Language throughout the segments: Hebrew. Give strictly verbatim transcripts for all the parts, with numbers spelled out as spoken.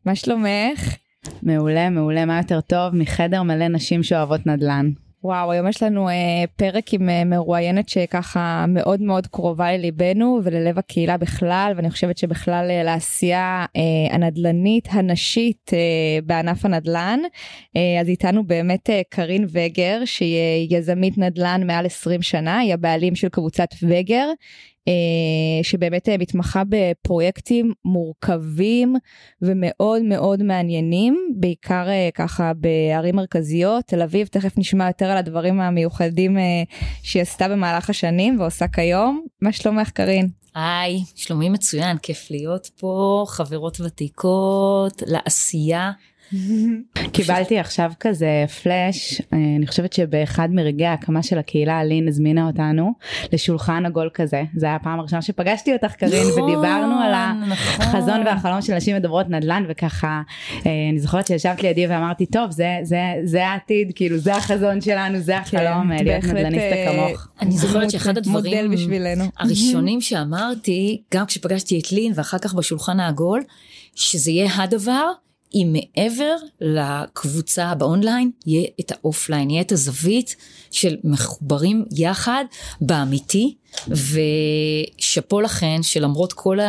מה שלומך? מעולה, מעולה, מה יותר טוב מחדר מלא נשים שאוהבות נדל"ן. וואו, היום יש לנו אה, פרק עם אה, מרואיינת שככה מאוד מאוד קרובה לליבנו וללב הקהילה בכלל, ואני חושבת שבכלל אה, לעשייה אה, הנדל"נית הנשית אה, בענף הנדל"ן. אה, אז איתנו באמת אה, קרין וגר, שהיא יזמית נדל"ן מעל עשרים שנה, היא הבעלים של קבוצת וגר, שבאמת מתמחה בפרויקטים מורכבים ומאוד מאוד מעניינים, בעיקר ככה בערים מרכזיות, תל אביב. תכף נשמע יותר על הדברים המיוחדים שהיא עשתה במהלך השנים ועושה כיום. מה שלומך קרין? היי, שלומי מצוין, כיף להיות פה, חברות ותיקות, לעשייה. קיבלתי עכשיו כזה פלש, אני חושבת שבאחד מרגעי ההקמה של הקהילה אלין הזמינה אותנו לשולחן עגול כזה, זה היה הפעם הראשונה שפגשתי אותך קרין, ודיברנו על החזון והחלום של נשים מדברות נדל"ן, וככה אני זוכרת שישבת לידי ואמרתי טוב, זה העתיד, כאילו זה החזון שלנו, זה החלום, להיות נדל"ניסטה כמוך. אני זוכרת שאחד הדברים הראשונים שאמרתי, גם כשפגשתי את לין ואחר כך בשולחן העגול, שזה יהיה הדבר, אם מעבר לקבוצה באונליין, יהיה את האופליין, יהיה את הזווית של מחוברים יחד באמיתי, ושפו לכן שלמרות כל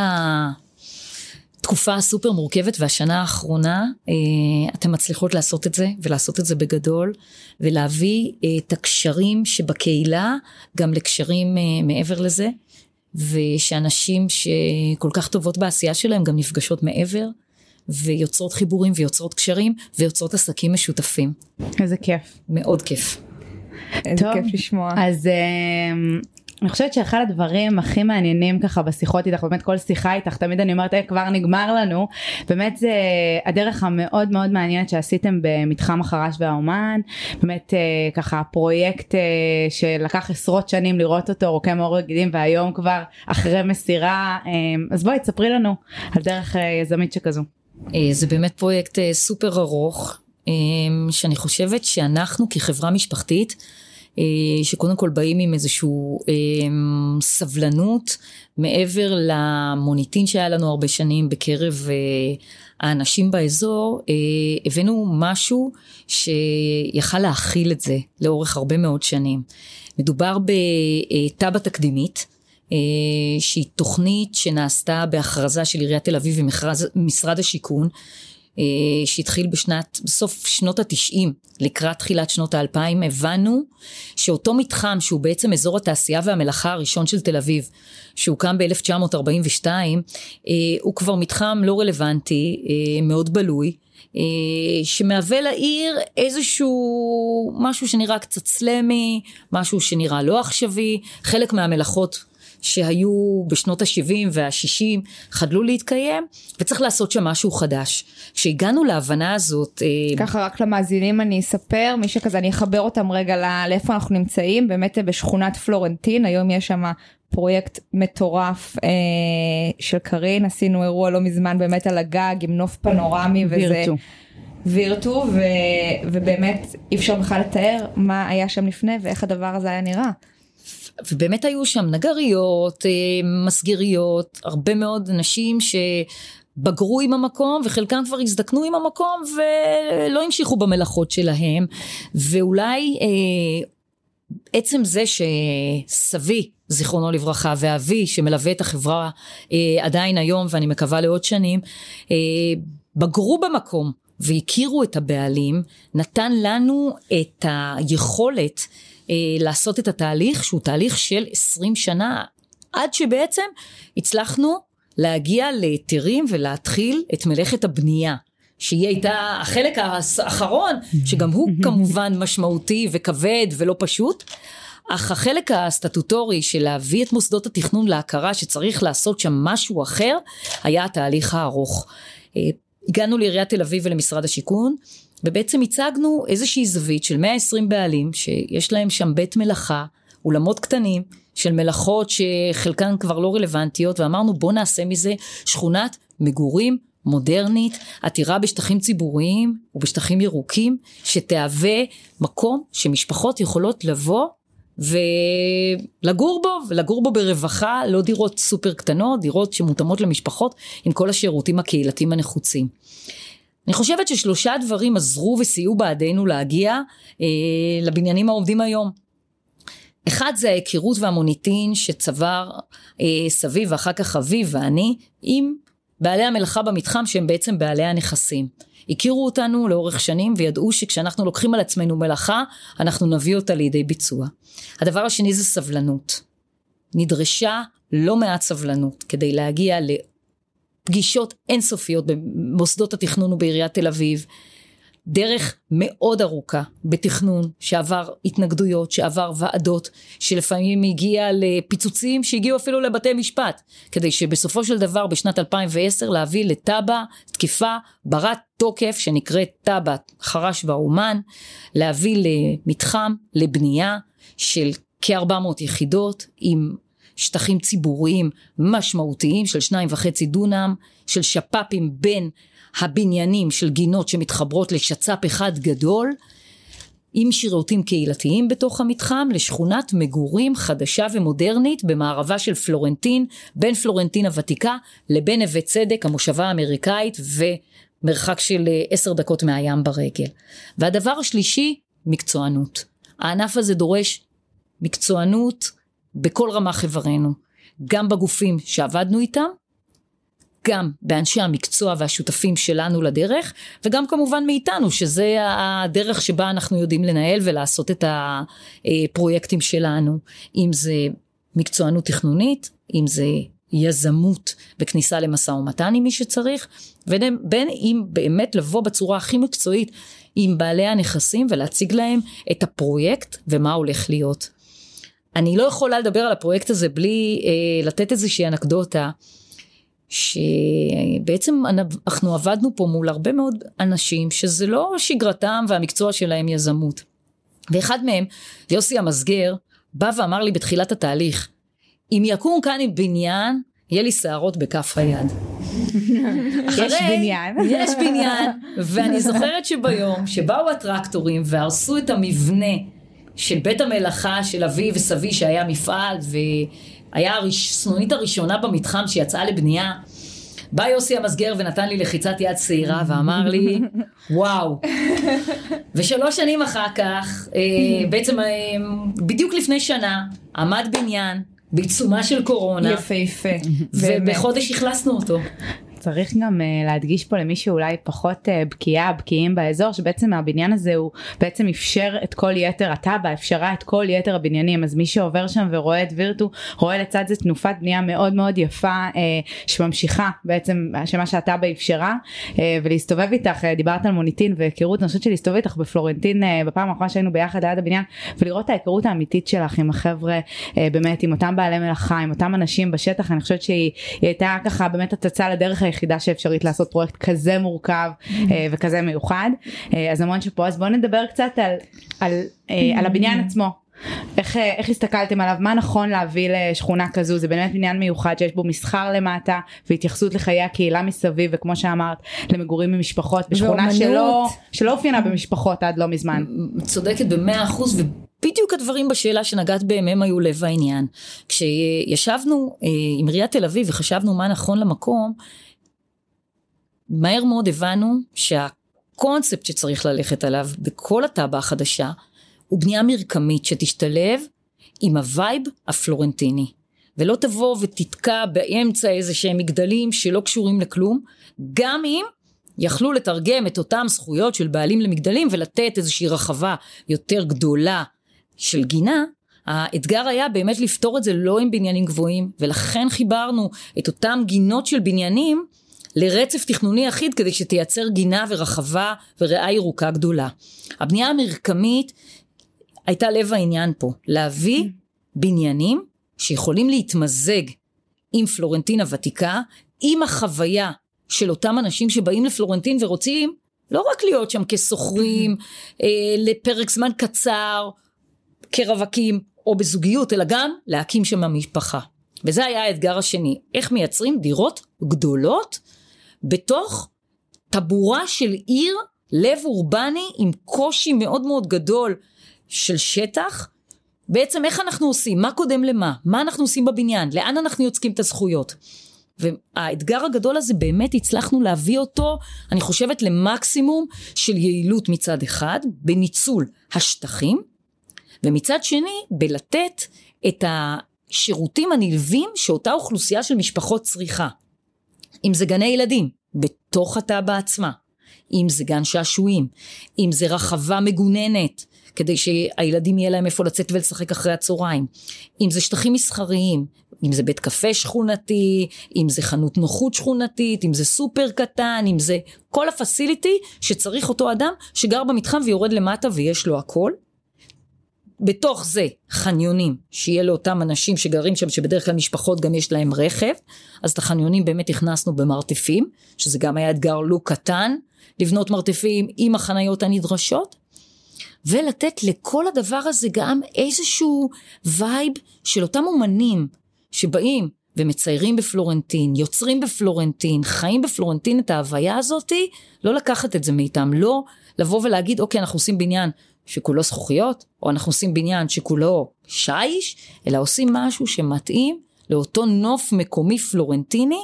התקופה הסופר מורכבת והשנה האחרונה, אתם מצליחות לעשות את זה, ולעשות את זה בגדול, ולהביא את הקשרים שבקהילה, גם לקשרים מעבר לזה, ושאנשים שכל כך טובות בעשייה שלהם, גם נפגשות מעבר, ויוצרות חיבורים ויוצרות קשרים ויוצרות עסקים משותפים. איזה כיף. מאוד כיף. איזה כיף לשמוע. אז אני חושבת שאחד הדברים הכי מעניינים ככה בשיחות איתך, באמת כל שיחה איתך, תמיד אני אומרת, כבר נגמר לנו, באמת זה הדרך המאוד מאוד מעניינת שעשיתם במתחם החרש והאומן, באמת ככה פרויקט שלקח עשרות שנים לראות אותו, רוקם עור וגידים, והיום כבר אחרי מסירה, אז בואי תספרי לנו על דרך יזמית שכזו. זה באמת פרויקט סופר ארוך, שאני חושבת שאנחנו כחברה משפחתית, שקודם כל באים עם איזשהו סבלנות, מעבר למוניטין שהיה לנו הרבה שנים בקרב האנשים באזור, הבאנו משהו שיכל להכיל את זה לאורך הרבה מאוד שנים. מדובר בטבע תקדימית, שהיא תוכנית שנעשתה בהכרזה של עיריית תל אביב ומשרד השיכון, שהתחיל בשנת, בסוף שנות התשעים, לקראת תחילת שנות האלפיים, הבנו שאותו מתחם שהוא בעצם אזור התעשייה והמלאכה הראשון של תל אביב, שהוקם ב-אלף תשע מאות ארבעים ושתיים, הוא כבר מתחם לא רלוונטי, מאוד בלוי, שמהווה לעיר איזשהו משהו שנראה קצת סלמי, משהו שנראה לא עכשווי, חלק מהמלאכות שהיו בשנות ה-שבעים וה-שישים חדלו להתקיים, וצריך לעשות שם משהו חדש. כשהגענו להבנה הזאת, ככה רק למאזינים אני אספר, מי שכזה אני אחבר אותם רגע לאיפה אנחנו נמצאים, באמת בשכונת פלורנטין, היום יש שם פרויקט מטורף אה, של קרין, עשינו אירוע לא מזמן באמת על הגג עם נוף פנורמי, וירטו. וירטו, ו, ובאמת אי אפשר בכלל לתאר מה היה שם לפני ואיך הדבר הזה היה נראה. ובאמת היו שם נגריות, מסגריות, הרבה מאוד אנשים שבגרו עם המקום, וחלקם כבר הזדקנו עם המקום, ולא המשיכו במלאכות שלהם, ואולי עצם זה שסבי, זיכרונו לברכה, ואבי שמלווה את החברה עדיין היום, ואני מקווה לעוד שנים, בגרו במקום, והכירו את הבעלים, נתן לנו את היכולת לעשות את התהליך, שהוא תהליך של עשרים שנה, עד שבעצם הצלחנו להגיע ליתרים ולהתחיל את מלאכת הבנייה, שהיא הייתה החלק האחרון, שגם הוא כמובן משמעותי וכבד ולא פשוט, אך החלק הסטטוטורי של להביא את מוסדות התכנון להכרה שצריך לעשות שם משהו אחר, היה התהליך הארוך. הגענו לעיריית תל אביב ולמשרד השיכון, ובעצם הצגנו איזושהי זווית של מאה ועשרים בעלים, שיש להם שם בית מלאכה, אולמות קטנים, של מלאכות שחלקן כבר לא רלוונטיות, ואמרנו בוא נעשה מזה שכונת מגורים מודרנית, עתירה בשטחים ציבוריים ובשטחים ירוקים, שתהווה מקום שמשפחות יכולות לבוא ולגור בו, ולגור בו ברווחה, לא דירות סופר קטנות, דירות שמותאמות למשפחות עם כל השירותים הקהילתיים הנחוצים. אני חושבת ששלושה דברים עזרו וסייעו בעדינו להגיע אה, לבניינים העובדים היום. אחד זה ההיכרות והמוניטין שצבר אה, סביב ואחר כך אביב ואני עם בעלי המלאכה במתחם שהם בעצם בעלי הנכסים. הכירו אותנו לאורך שנים וידעו שכשאנחנו לוקחים על עצמנו מלאכה אנחנו נביא אותה לידי ביצוע. הדבר השני זה סבלנות. נדרשה לא מעט סבלנות כדי להגיע לפגישות אינסופיות במוסדות התכנון ובעיריית תל אביב, דרך מאוד ארוכה בתכנון שעבר התנגדויות, שעבר ועדות, שלפעמים הגיע לפיצוצים שהגיעו אפילו לבתי משפט, כדי שבסופו של דבר בשנת אלפיים ועשר להביא לטאבה תקיפה ברת תוקף שנקראת טאבה חרש והאומן, להביא למתחם לבנייה של כ-ארבע מאות יחידות עם שטחים ציבוריים משמעותיים של שניים וחצי דונם, של שפ"פים בין הבניינים של גינות שמתחברות לשצ"פ אחד גדול, עם שירותים קהילתיים בתוך המתחם, לשכונת מגורים חדשה ומודרנית במערבה של פלורנטין, בין פלורנטין הוותיקה לבין נווה צדק המושבה האמריקאית ומרחק של עשר דקות מהים ברגל. והדבר השלישי, מקצוענות. הענף הזה דורש מקצוענות בכל רמה חברנו, גם בגופים שעבדנו איתם, גם באנשי המקצוע והשותפים שלנו לדרך, וגם כמובן מאיתנו, שזה הדרך שבה אנחנו יודעים לנהל ולעשות את הפרויקטים שלנו, אם זה מקצוענות תכנונית, אם זה יזמות בכניסה למשא ומתן עם מי שצריך, ובין אם באמת לבוא בצורה הכי מקצועית עם בעלי הנכסים ולהציג להם את הפרויקט ומה הולך להיות. אני לא יכולה לדבר על הפרויקט הזה בלי אה, לתת איזושהי אנקדוטה, שבעצם אנחנו עבדנו פה מול הרבה מאוד אנשים שזה לא שגרתם והמקצוע שלהם יזמות. ואחד מהם, יוסי המסגר, בא ואמר לי בתחילת התהליך, אם יקום כאן עם בניין, יהיה לי שערות בכף היד. יש בניין. יש בניין, ואני זוכרת שביום שבאו הטרקטורים והרסו את המבנה של בית המלאכה של אבי וסבי שהיה מפעל והיה הסנונית הראשונה במתחם שיצאה לבנייה, בא יוסי המסגר ונתן לי לחיצת יד צעירה ואמר לי וואו. ושלוש שנים אחר כך בעצם בדיוק לפני שנה עמד בניין בעיצומה של קורונה, יפה יפה, ובחודש הכלסנו אותו. צריך גם uh, להדגיש פה למי שאולי פחות uh, בקיאה, בקיאים באזור, שבעצם הבניין הזה הוא בעצם אפשר את כל יתר, הטאבה אפשרה את כל יתר הבניינים, אז מי שעובר שם ורואה את וירטו, רואה לצד זה תנופת בנייה מאוד מאוד יפה, uh, שממשיכה בעצם, שמה שהטאבה אפשרה, uh, ולהסתובב איתך, uh, דיברת על מוניטין והיכרות, אני חושבת שלהסתובב איתך בפלורנטין, uh, בפעם האחרונה שהיינו ביחד ליד הבניין, ולראות את ההיכרות האמיתית שלך עם החבר'ה, uh, באמת עם אותם בעלי מלאכה, עם אותם אנשים בשטח, אני חושבת שהיא הייתה ככה באמת הצצה לדרך היחידה שאפשרית לעשות פרויקט כזה מורכב וכזה מיוחד. אז המון שפה, אז בואו נדבר קצת על, על, על הבניין עצמו. איך, איך הסתכלתם עליו? מה נכון להביא לשכונה כזו? זה באמת בניין מיוחד שיש בו מסחר למטה והתייחסות לחיי הקהילה מסביב, וכמו שאמרת, למגורים ממשפחות, בשכונה שלא, שלא אופיינה במשפחות עד לא מזמן. צודקת במאה אחוז, ובדיוק הדברים בשאלה שנגעת בהם הם היו לב העניין. כשישבנו עם עיריית תל אביב וחשבנו מה נכון למקום, מהר מאוד הבנו שהקונספט שצריך ללכת עליו בכל הטאבה החדשה הוא בנייה מרקמית שתשתלב עם הווייב הפלורנטיני, ולא תבוא ותתקע באמצע איזה שהם מגדלים שלא קשורים לכלום, גם אם יכלו לתרגם את אותם זכויות של בעלים למגדלים ולתת איזושהי רחבה יותר גדולה של גינה. האתגר היה באמת לפתור את זה לא עם בניינים גבוהים, ולכן חיברנו את אותם גינות של בניינים לרצף תכנוני אחיד כדי שתייצר גינה ורחבה וריאה ירוקה גדולה. הבנייה המרקמית הייתה לב העניין פה, להביא בניינים שיכולים להתמזג עם פלורנטין הוותיקה, עם החוויה של אותם אנשים שבאים לפלורנטין ורוצים לא רק להיות שם כסוחרים אה, לפרק זמן קצר, כרווקים או בזוגיות, אלא גם להקים שם המשפחה. וזה היה האתגר השני, איך מייצרים דירות גדולות בתוך טבורה של עיר, לב אורבני עם קושי מאוד מאוד גדול של שטח. בעצם איך אנחנו עושים, מה קודם למה, מה אנחנו עושים בבניין, לאן אנחנו יוצקים את הזכויות. והאתגר הגדול הזה באמת הצלחנו להביא אותו, אני חושבת למקסימום של יעילות מצד אחד, בניצול השטחים, ומצד שני בלתת את השירותים הנלווים שאותה אוכלוסייה של משפחות צריכה. אם זה גני ילדים, בתוך התא בעצמה, אם זה גן שעשועים, אם זה רחבה מגוננת, כדי שהילדים יהיה להם איפה לצאת ולשחק אחרי הצהריים, אם זה שטחים מסחריים, אם זה בית קפה שכונתי, אם זה חנות נוחות שכונתית, אם זה סופר קטן, אם זה כל הפסיליטי שצריך אותו אדם שגר במתחם ויורד למטה ויש לו הכל. בתוך זה חניונים, שיהיה לאותם אנשים שגרים שם, שבדרך כלל משפחות גם יש להם רכב, אז את החניונים באמת הכנסנו במרתפים, שזה גם היה אתגר לא קטן, לבנות מרתפים עם החניות הנדרשות, ולתת לכל הדבר הזה גם איזשהו וייב של אותם אומנים, שבאים ומציירים בפלורנטין, יוצרים בפלורנטין, חיים בפלורנטין את ההוויה הזאת, לא לקחת את זה מאיתם, לא לבוא ולהגיד, אוקיי, אנחנו עושים בניין שכולו זכוכיות, או אנחנו עושים בניין שכולו שיש, אלא עושים משהו שמתאים לאותו נוף מקומי פלורנטיני,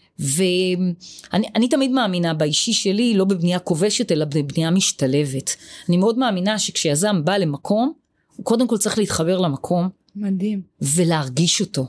ואני אני תמיד מאמינה באישי שלי, לא בבנייה כובשת, אלא בבנייה משתלבת. אני מאוד מאמינה שכשיזם בא למקום, הוא קודם כל צריך להתחבר למקום. מדהים. ולהרגיש אותו.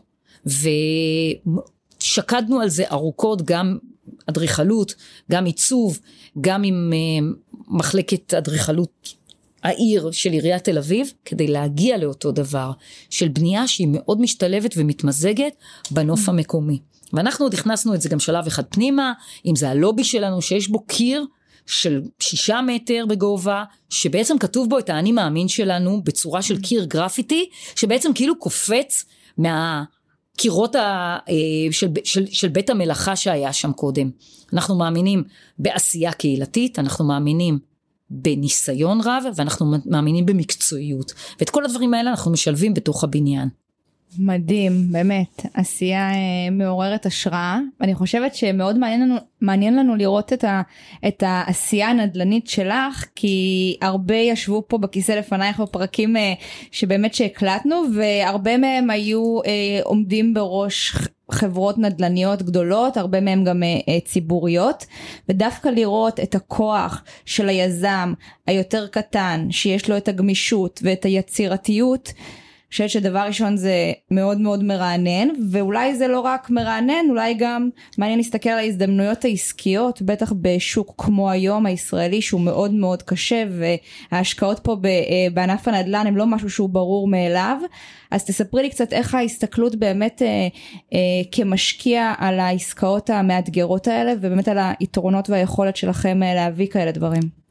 ושקדנו על זה ארוכות, גם אדריכלות, גם עיצוב, גם עם uh, מחלקת אדריכלות העיר של עיריית תל אביב, כדי להגיע לאותו דבר, של בנייה שהיא מאוד משתלבת ומתמזגת בנוף המקומי. ואנחנו עוד הכנסנו את זה גם שלב אחד פנימה, אם זה הלובי שלנו שיש בו קיר של שישה מטר בגובה, שבעצם כתוב בו את האני מאמין שלנו, בצורה של קיר גרפיטי, שבעצם כאילו קופץ מהקירות ה, של, של, של בית המלאכה שהיה שם קודם. אנחנו מאמינים בעשייה קהילתית, אנחנו מאמינים בניסיון רב, ואנחנו מאמינים במקצועיות. ואת כל הדברים האלה אנחנו משלבים בתוך הבניין. מדהים, באמת, עשייה אה, מעוררת השראה, ואני חושבת שמאוד מעניין לנו, מעניין לנו לראות את, ה, את העשייה הנדל"נית שלך, כי הרבה ישבו פה בכיסא לפנייך בפרקים אה, שבאמת שהקלטנו, והרבה מהם היו אה, עומדים בראש חברות נדל"ניות גדולות, הרבה מהם גם אה, ציבוריות, ודווקא לראות את הכוח של היזם היותר קטן, שיש לו את הגמישות ואת היצירתיות, אני חושבת שדבר ראשון זה מאוד מאוד מרענן, ואולי זה לא רק מרענן, אולי גם מעניין להסתכל על ההזדמנויות העסקיות, בטח בשוק כמו היום הישראלי, שהוא מאוד מאוד קשה, וההשקעות פה בענף הנדל"ן הם לא משהו שהוא ברור מאליו. אז תספרי לי קצת איך ההסתכלות באמת אה, אה, כמשקיע על העסקאות המאתגרות האלה, ובאמת על היתרונות והיכולת שלכם אה, להביא כאלה דברים.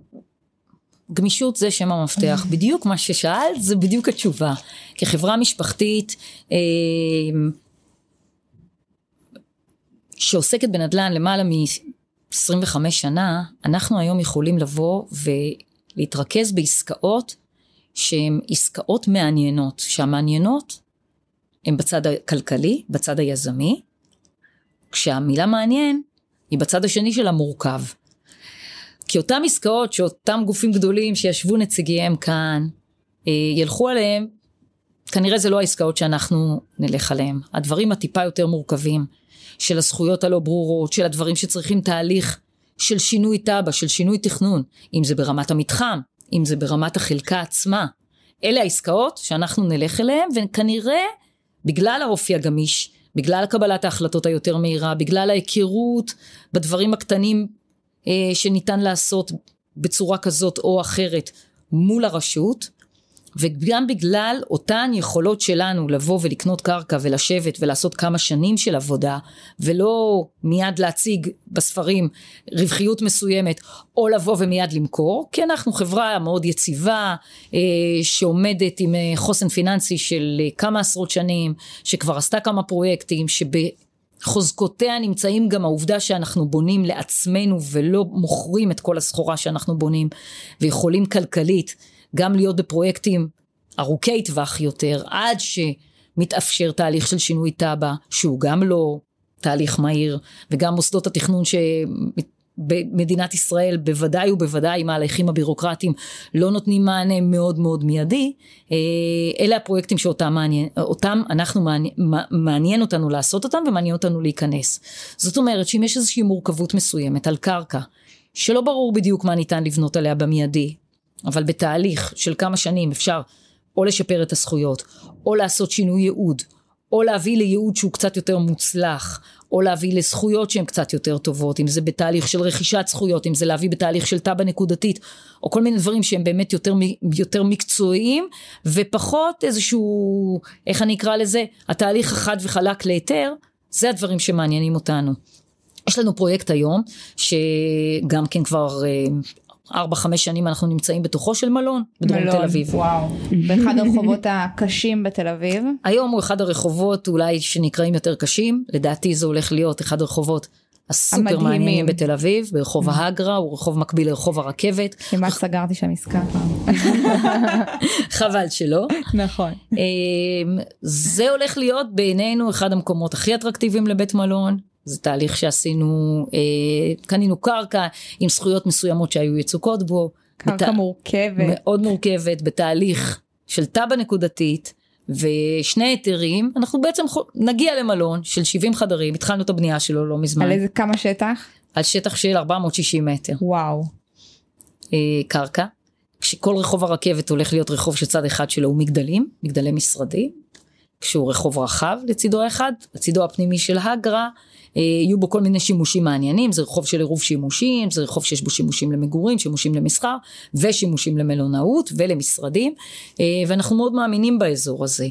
גמישות זה שם המפתח, בדיוק מה ששאלת, זה בדיוק התשובה. כחברה משפחתית שעוסקת בנדל"ן למעלה מ-עשרים וחמש שנה, אנחנו היום יכולים לבוא ולהתרכז בעסקאות שהן עסקאות מעניינות, שהמעניינות הן בצד הכלכלי, בצד היזמי, כשהמילה מעניין היא בצד השני של המורכב. כי אותם עסקאות שאותם גופים גדולים שישבו נציגיהם כאן, ילכו עליהם, כנראה זה לא העסקאות שאנחנו נלך עליהם. הדברים הטיפה יותר מורכבים, של הזכויות הלא ברורות, של הדברים שצריכים תהליך של שינוי טאבע, של שינוי תכנון, אם זה ברמת המתחם, אם זה ברמת החלקה עצמה. אלה העסקאות שאנחנו נלך אליהם, וכנראה בגלל האופי הגמיש, בגלל קבלת ההחלטות היותר מהירה, בגלל ההיכרות בדברים הקטנים, שניתן לעשות בצורה כזאת או אחרת מול הרשות, וגם בגלל אותן יכולות שלנו לבוא ולקנות קרקע ולשבת ולעשות כמה שנים של עבודה, ולא מיד להציג בספרים רווחיות מסוימת, או לבוא ומיד למכור, כי אנחנו חברה מאוד יציבה, שעומדת עם חוסן פיננסי של כמה עשרות שנים, שכבר עשתה כמה פרויקטים, שב... חוזקותיה נמצאים גם העובדה שאנחנו בונים לעצמנו ולא מוכרים את כל הסחורה שאנחנו בונים, ויכולים כלכלית גם להיות בפרויקטים ארוכי טווח יותר, עד שמתאפשר תהליך של שינוי טאבע, שהוא גם לא תהליך מהיר, וגם מוסדות התכנון במדינת ישראל, בוודאי ובוודאי עם ההליכים הבירוקרטיים, לא נותנים מענה מאוד מאוד מיידי, אלה הפרויקטים שאותם מעניין, אותם אנחנו מעניין, מעניין אותנו לעשות אותם, ומעניין אותנו להיכנס. זאת אומרת, שאם יש איזושהי מורכבות מסוימת על קרקע, שלא ברור בדיוק מה ניתן לבנות עליה במיידי, אבל בתהליך של כמה שנים אפשר או לשפר את הזכויות, או לעשות שינוי ייעוד, או להביא לייעוד שהוא קצת יותר מוצלח, או להביא לזכויות שהן קצת יותר טובות, אם זה בתהליך של רכישת זכויות, אם זה להביא בתהליך של טאבה נקודתית, או כל מיני דברים שהם באמת יותר, יותר מקצועיים, ופחות איזשהו, איך אני אקרא לזה, התהליך החד וחלק ליתר, זה הדברים שמעניינים אותנו. יש לנו פרויקט היום, שגם כן כבר ארבע, חמש שנים אנחנו נמצאים בתוכו של מלון, בדרום מלון, תל אביב. וואו, באחד הרחובות הקשים בתל אביב. היום הוא אחד הרחובות אולי שנקראים יותר קשים, לדעתי זה הולך להיות אחד הרחובות הסופר מעניינים בתל אביב, ברחוב ההגרה, הוא רחוב מקביל לרחוב הרכבת. כמעט סגרתי שם עסקה פעם. חבל שלא. נכון. זה הולך להיות בעינינו אחד המקומות הכי אטרקטיביים לבית מלון, זה תהליך שעשינו, אה, קנינו קרקע עם זכויות מסוימות שהיו יצוקות בו. קרקע בת... מורכבת. מאוד מורכבת, בתהליך של טאבה נקודתית, ושני היתרים, אנחנו בעצם נגיע למלון של שבעים חדרים, התחלנו את הבנייה שלו לא מזמן. על איזה כמה שטח? על שטח של ארבע מאות ושישים מטר. וואו. אה, קרקע, כשכל רחוב הרכבת הולך להיות רחוב שצד אחד שלו הוא מגדלים, מגדלי משרדים, כשהוא רחוב רחב לצידו האחד, לצידו הפנימי של הגרה, יהיו בו כל מיני שימושים מעניינים, זה רחוב של עירוב שימושים, זה רחוב שיש בו שימושים למגורים, שימושים למסחר, ושימושים למלונאות ולמשרדים, ואנחנו מאוד מאמינים באזור הזה.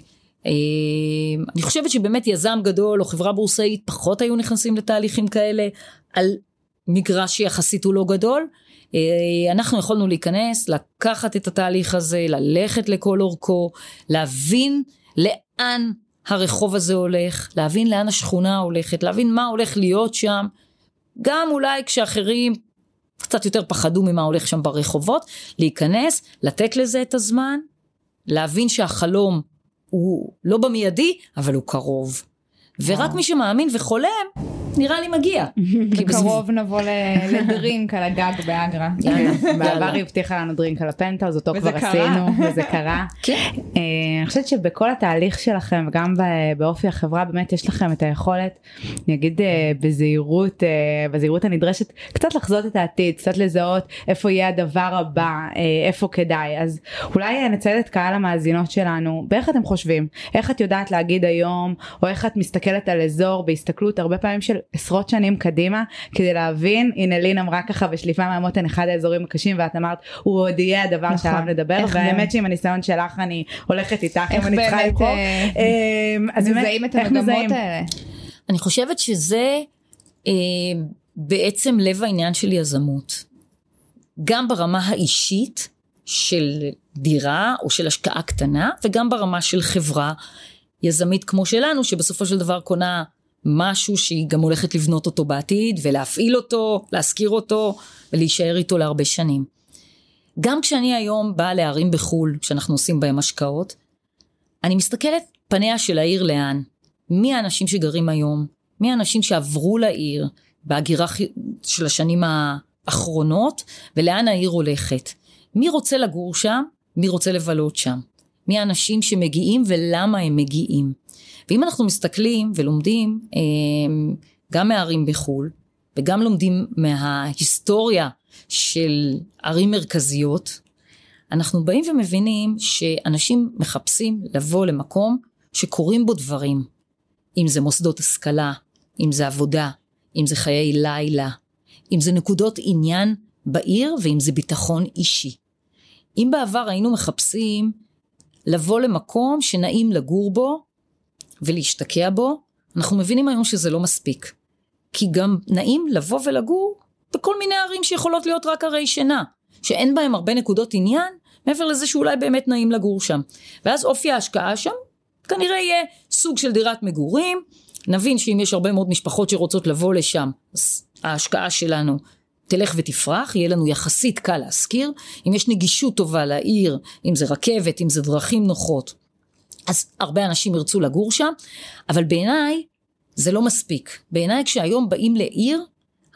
אני חושבת שבאמת יזם גדול או חברה בורסאית פחות היו נכנסים לתהליכים כאלה, על מגרש שיחסית הוא לא גדול, אנחנו יכולנו להיכנס, לקחת את התהליך הזה, ללכת לכל אורכו, להבין לאן הרחוב הזה הולך, להבין לאן השכונה הולכת, להבין מה הולך להיות שם, גם אולי כשאחרים קצת יותר פחדו ממה הולך שם ברחובות, להיכנס, לתת לזה את הזמן, להבין שהחלום הוא לא במיידי, אבל הוא קרוב. ורק מי שמאמין וחולם, נראה לי מגיע. בקרוב נבוא לדרינק על הגג באגרה. בעבר הבטיחה לנו דרינק על הפנטהאוז, אותו כבר עשינו, וזה קרה. אני חושבת שבכל התהליך שלכם, וגם באופי החברה, באמת יש לכם את היכולת, אני אגיד בזהירות, בזהירות הנדרשת, קצת לחזות את העתיד, קצת לזהות איפה יהיה הדבר הבא, איפה כדאי. אז אולי נציין את קהל המאזינות שלנו, באיך אתם חושבים? איך את יודעת להגיד היום, או איך את מסתכלת על אזור בהסתכלות הרבה פעמים של עשרות שנים קדימה, כדי להבין, הנה לין אמרה ככה בשליפה מהמותן אחד האזורים הקשים, ואת אמרת, הוא עוד יהיה הדבר שעליו לדבר, והאמת שעם הניסיון שלך אני הולכת איתך, אם אני צריכה לקרוא. אז מזהים את המגמות האלה. אני חושבת שזה בעצם לב העניין של יזמות. גם ברמה האישית של דירה, או של השקעה קטנה, וגם ברמה של חברה יזמית כמו שלנו, שבסופו של דבר קונה משהו שהיא גם הולכת לבנות אותו בעתיד, ולהפעיל אותו, להזכיר אותו, ולהישאר איתו להרבה שנים. גם כשאני היום באה לערים בחול, כשאנחנו עושים בהם השקעות, אני מסתכלת פניה של העיר לאן. מי האנשים שגרים היום? מי האנשים שעברו לעיר, בהגירה של השנים האחרונות, ולאן העיר הולכת? מי רוצה לגור שם? מי רוצה לבלות שם? מי האנשים שמגיעים ולמה הם מגיעים? ואם אנחנו מסתכלים ולומדים גם מערים בחול, וגם לומדים מההיסטוריה של ערים מרכזיות, אנחנו באים ומבינים שאנשים מחפשים לבוא למקום שקורים בו דברים, אם זה מוסדות השכלה, אם זה עבודה, אם זה חיי לילה, אם זה נקודות עניין בעיר, ואם זה ביטחון אישי. אם בעבר היינו מחפשים לבוא למקום שנעים לגור בו, ולהשתקע בו, אנחנו מבינים היום שזה לא מספיק. כי גם נעים לבוא ולגור בכל מיני ערים שיכולות להיות רק ערי שינה, שאין בהם הרבה נקודות עניין, מעבר לזה שאולי באמת נעים לגור שם. ואז אופי ההשקעה שם, כנראה יהיה סוג של דירת מגורים, נבין שאם יש הרבה מאוד משפחות שרוצות לבוא לשם, אז ההשקעה שלנו תלך ותפרח, יהיה לנו יחסית קל להזכיר, אם יש נגישות טובה לעיר, אם זה רכבת, אם זה דרכים נוחות, אז הרבה אנשים ירצו לגור שם, אבל בעיניי זה לא מספיק. בעיניי כשהיום באים לעיר,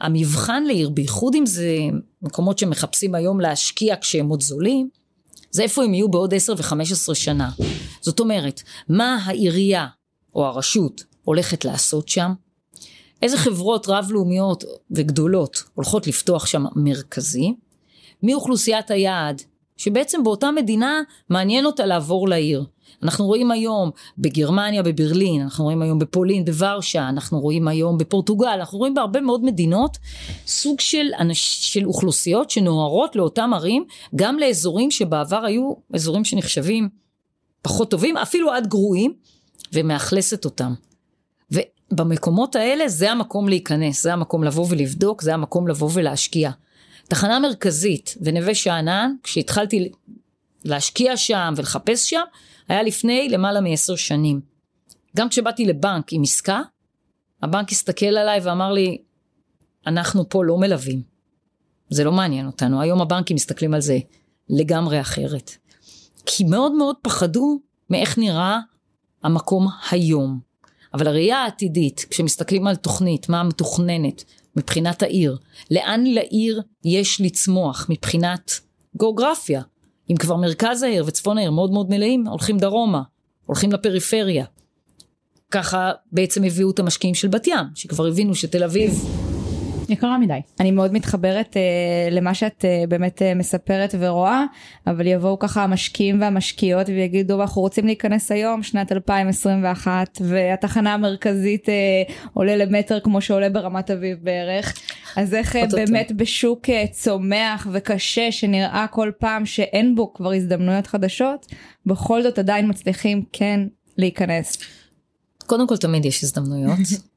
המבחן לעיר, בייחוד אם זה מקומות שמחפשים היום להשקיע כשהם עוד זולים, זה איפה הם יהיו בעוד עשר וחמש עשרה שנה. זאת אומרת, מה העירייה או הרשות הולכת לעשות שם? איזה חברות רב-לאומיות וגדולות הולכות לפתוח שם מרכזי? מי אוכלוסיית היעד? שבעצם באותה מדינה מעניין אותה לעבור לעיר. אנחנו רואים היום בגרמניה, בברלין, אנחנו רואים היום בפולין, בוורשה, אנחנו רואים היום בפורטוגל, אנחנו רואים בהרבה מאוד מדינות, סוג של, אנש, של אוכלוסיות שנוערות לאותם ערים, גם לאזורים שבעבר היו אזורים שנחשבים פחות טובים, אפילו עד גרועים, ומאכלסת אותם. ובמקומות האלה זה המקום להיכנס, זה המקום לבוא ולבדוק, זה המקום לבוא ולהשקיע. תחנה מרכזית ונווה שאנן, כשהתחלתי להשקיע שם ולחפש שם, היה לפני למעלה מעשר שנים. גם כשבאתי לבנק עם עסקה, הבנק הסתכל עליי ואמר לי, אנחנו פה לא מלווים. זה לא מעניין אותנו. היום הבנקים מסתכלים על זה לגמרי אחרת. כי מאוד מאוד פחדו מאיך נראה המקום היום. אבל הראייה העתידית, כשמסתכלים על תוכנית, מה מתוכננת מבחינת העיר, לאן לעיר יש לצמוח מבחינת גיאוגרפיה, אם כבר מרכז העיר וצפון העיר מאוד מאוד מלאים, הולכים דרומה, הולכים לפריפריה. ככה בעצם הביאו את המשקיעים של בת ים, שכבר הבינו שתל אביב יקרה מדי. אני מאוד מתחברת uh, למה שאת uh, באמת uh, מספרת ורואה, אבל יבואו ככה המשקיעים והמשקיעות ויגידו, אנחנו רוצים להיכנס היום, שנת אלפיים עשרים ואחת, והתחנה המרכזית uh, עולה למטר כמו שעולה ברמת אביב בערך, אז איך uh, באמת בשוק uh, צומח וקשה, שנראה כל פעם שאין בו כבר הזדמנויות חדשות, בכל זאת עדיין מצליחים כן להיכנס. קודם כל תמיד יש הזדמנויות.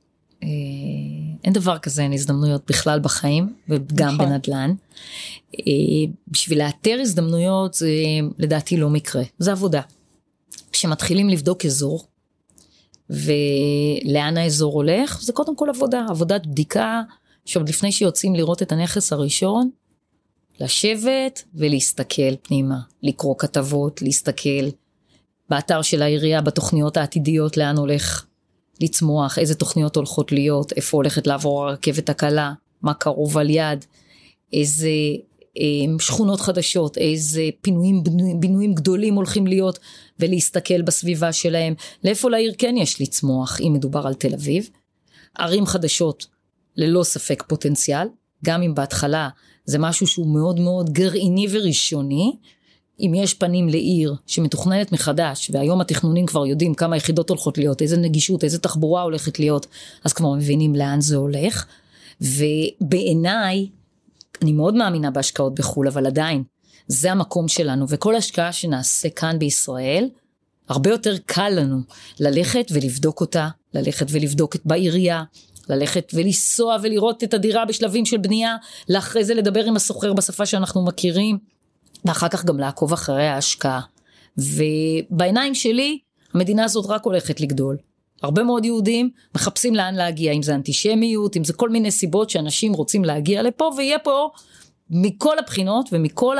אין דבר כזה, אין הזדמנויות בכלל בחיים, וגם בנדלן. בשביל לאתר הזדמנויות, זה לדעתי לא מקרה, זה עבודה. כשמתחילים לבדוק אזור, ולאן האזור הולך, זה קודם כל עבודה, עבודת בדיקה, שעוד לפני שיוצאים לראות את הנכס הראשון, לשבת ולהסתכל פנימה, לקרוא כתבות, להסתכל באתר של העירייה, בתוכניות העתידיות, לאן הולך לצמוח, איזה תוכניות הולכות להיות, איפה הולכת לעבור הרכבת הקלה, מה קרוב על יד, איזה אה, שכונות חדשות, איזה פינויים, בינויים גדולים הולכים להיות, ולהסתכל בסביבה שלהם, לאיפה לעיר כן יש לצמוח, אם מדובר על תל אביב, ערים חדשות, ללא ספק פוטנציאל, גם אם בהתחלה זה משהו שהוא מאוד מאוד גרעיני וראשוני, אם יש פנים לעיר שמתוכננת מחדש, והיום התכנונים כבר יודעים כמה יחידות הולכות להיות, איזה נגישות, איזה תחבורה הולכת להיות, אז כבר מבינים לאן זה הולך, ובעיניי, אני מאוד מאמינה בהשקעות בחול, אבל עדיין, זה המקום שלנו, וכל השקעה שנעשה כאן בישראל, הרבה יותר קל לנו ללכת ולבדוק אותה, ללכת ולבדוק את בעירייה, ללכת ולנסוע ולראות את הדירה בשלבים של בנייה, לאחרי זה לדבר עם הסוחר בשפה שאנחנו מכירים, ואחר כך גם לעקוב אחרי ההשקעה. ובעיניים שלי, המדינה הזאת רק הולכת לגדול. הרבה מאוד יהודים מחפשים לאן להגיע, אם זה אנטישמיות, אם זה כל מיני סיבות שאנשים רוצים להגיע לפה, ויהיה פה מכל הבחינות ומכל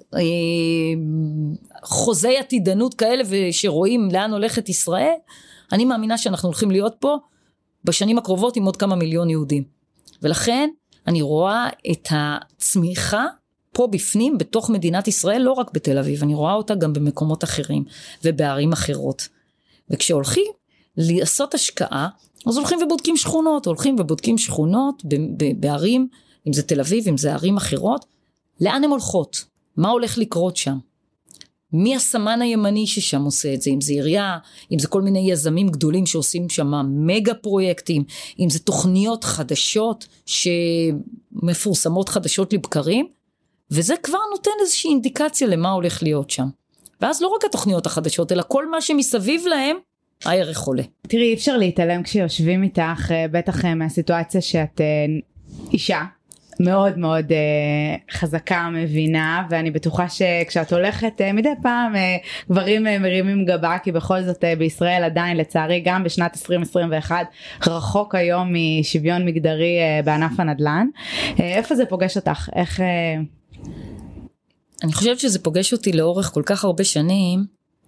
החוזי עתידנות כאלה, שרואים לאן הולכת ישראל, אני מאמינה שאנחנו הולכים להיות פה בשנים הקרובות עם עוד כמה מיליון יהודים. ולכן אני רואה את הצמיחה פה בפנים, בתוך מדינת ישראל, לא רק בתל אביב, אני רואה אותה גם במקומות אחרים, ובערים אחרות. וכשהולכים לעשות השקעה, אז הולכים ובודקים שכונות, הולכים ובודקים שכונות בערים, אם זה תל אביב, אם זה ערים אחרות, לאן הן הולכות? מה הולך לקרות שם? מי הסמן הימני ששם עושה את זה? אם זה עירייה, אם זה כל מיני יזמים גדולים שעושים שם מגה פרויקטים, אם זה תוכניות חדשות שמפורסמות חדשות לבקרים, וזה כבר נותן איזושהי אינדיקציה למה הולך להיות שם. ואז לא רק התוכניות החדשות, אלא כל מה שמסביב להם, הערך עולה. תראי, אי אפשר להתעלם כשיושבים איתך, בטח מהסיטואציה שאת אישה, מאוד מאוד uh, חזקה, מבינה, ואני בטוחה שכשאת הולכת uh, מדי פעם uh, גברים uh, מרימים גבה, כי בכל זאת uh, בישראל עדיין לצערי גם בשנת עשרים עשרים ואחת רחוק היום משוויון מגדרי uh, בענף הנדל"ן. Uh, איפה זה פוגש אותך? איך... Uh... אני חושבת שזה פוגש אותי לאורך כל כך הרבה שנים,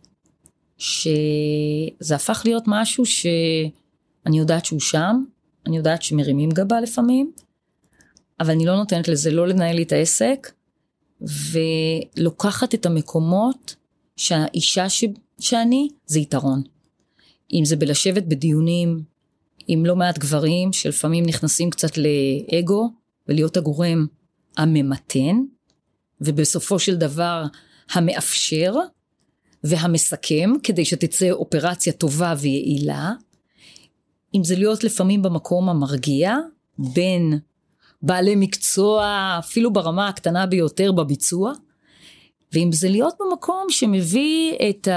שזה הפך להיות משהו שאני יודעת שהוא שם, אני יודעת שמרימים גבה לפעמים, אבל אני לא נותנת לזה לא לנהל לי את העסק, ולוקחת את המקומות שהאישה ש... שאני, זה יתרון. אם זה בלשבת בדיונים, עם לא מעט גברים, שלפעמים נכנסים קצת לאגו, ולהיות הגורם הממתן, ובסופו של דבר המאפשר, והמסכם, כדי שתצא אופרציה טובה ויעילה, אם זה להיות לפעמים במקום המרגיע, בין בעלי מקצוע, אפילו ברמה הקטנה ביותר בביצוע, ואם זה להיות במקום שמביא את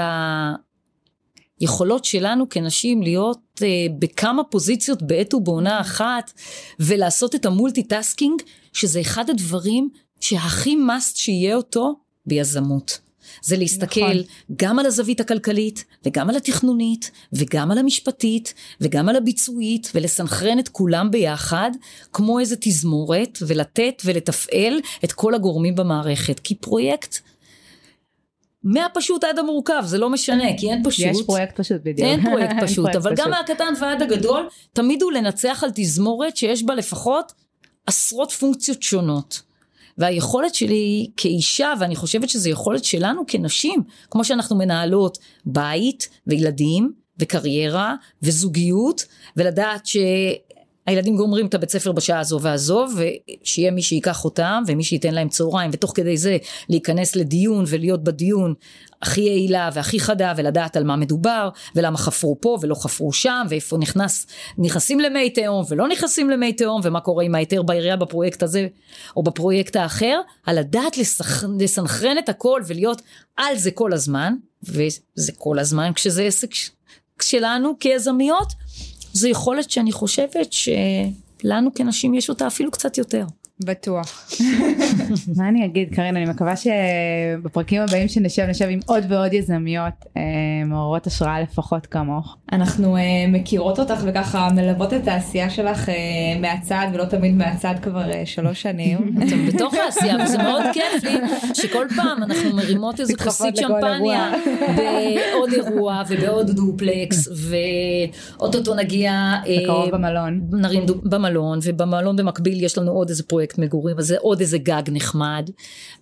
היכולות שלנו כנשים, להיות uh, בכמה פוזיציות בעת ובעונה אחת, ולעשות את המולטיטאסקינג, שזה אחד הדברים שהכי must שיהיה אותו ביזמות. זה להסתכל נכון. גם על הזווית הכלכלית, וגם על התכנונית, וגם על המשפטית, וגם על הביצועית, ולסנכרן את כולם ביחד, כמו איזה תזמורת, ולתת ולתפעל את כל הגורמים במערכת. כי פרויקט, מהפשוט עד המורכב, זה לא משנה, כי אין פשוט. יש פרויקט פשוט בדיוק. אין פרויקט פשוט, אין אבל פשוט. גם מהקטן ועד הגדול, תמיד הוא לנצח על תזמורת, שיש בה לפחות עשרות פונקציות שונות. והיכולת שלי כאישה, ואני חושבת שזה יכולת שלנו כנשים, כמו שאנחנו מנהלות בית וילדים וקריירה וזוגיות, ולדעת שהילדים גומרים את הבית ספר בשעה הזו והזו, ושיהיה מי שיקח אותם ומי שייתן להם צהריים, ותוך כדי זה להיכנס לדיון ולהיות בדיון הכי יעילה והכי חדה, ולדעת על מה מדובר, ולמה חפרו פה ולא חפרו שם, ואיפה נכנס, נכנסים למי תהום ולא נכנסים למי תהום, ומה קורה עם ההיתר בעירייה בפרויקט הזה, או בפרויקט האחר, על לדעת לסנכ... לסנכרן את הכל, ולהיות על זה כל הזמן, וזה כל הזמן כשזה עסק שלנו כיזמיות, זו יכולת שאני חושבת שלנו כנשים יש אותה אפילו קצת יותר. בטוח. מה אני אגיד, קרין, אני מקווה שבפרקים הבאים שנשב, נשב עם עוד ועוד יזמיות, מעוררות השראה לפחות כמוך. אנחנו מכירות אותך וככה מלוות את העשייה שלך מהצד, ולא תמיד מהצד כבר שלוש שנים. אתם בתוך העשייה, וזה מאוד כיף לי, שכל פעם אנחנו מרימות איזו כוסית שמפניה, בעוד אירוע ובעוד דופלקס, ואוטוטו נגיע... בקרוב במלון. נרים במלון, ובמלון במקביל יש לנו עוד איזה פרויקט מגורים, אז זה עוד איזה גג נחמד,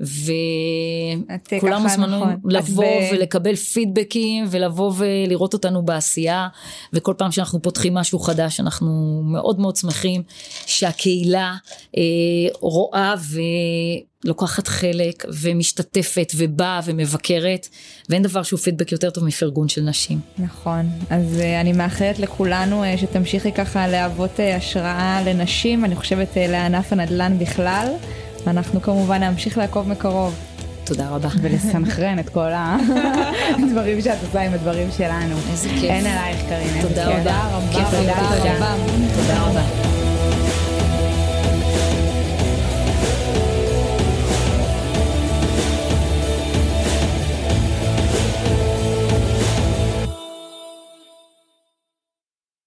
וכולם מוזמנים לבוא ולקבל פידבקים, ולבוא ולראות אותנו בעשייה, וכל פעם שאנחנו פותחים משהו חדש, אנחנו מאוד מאוד שמחים, שהקהילה אה, רואה ולוקחת חלק, ומשתתפת, ובאה ומבקרת, ואין דבר שהוא פידבק יותר טוב מפרגון של נשים. נכון, אז אה, אני מאחלת לכולנו אה, שתמשיכי ככה להוות אה, השראה לנשים, אני חושבת אה, לענף הנדל"ן בכלל, ואנחנו כמובן נמשיך לעקוב מקרוב. תודה רבה. ולסנכרן את כל הדברים שאת עושה עם הדברים שלנו. איזה כיף. אין עלייך, קרין. תודה רבה. תודה רבה. תודה רבה.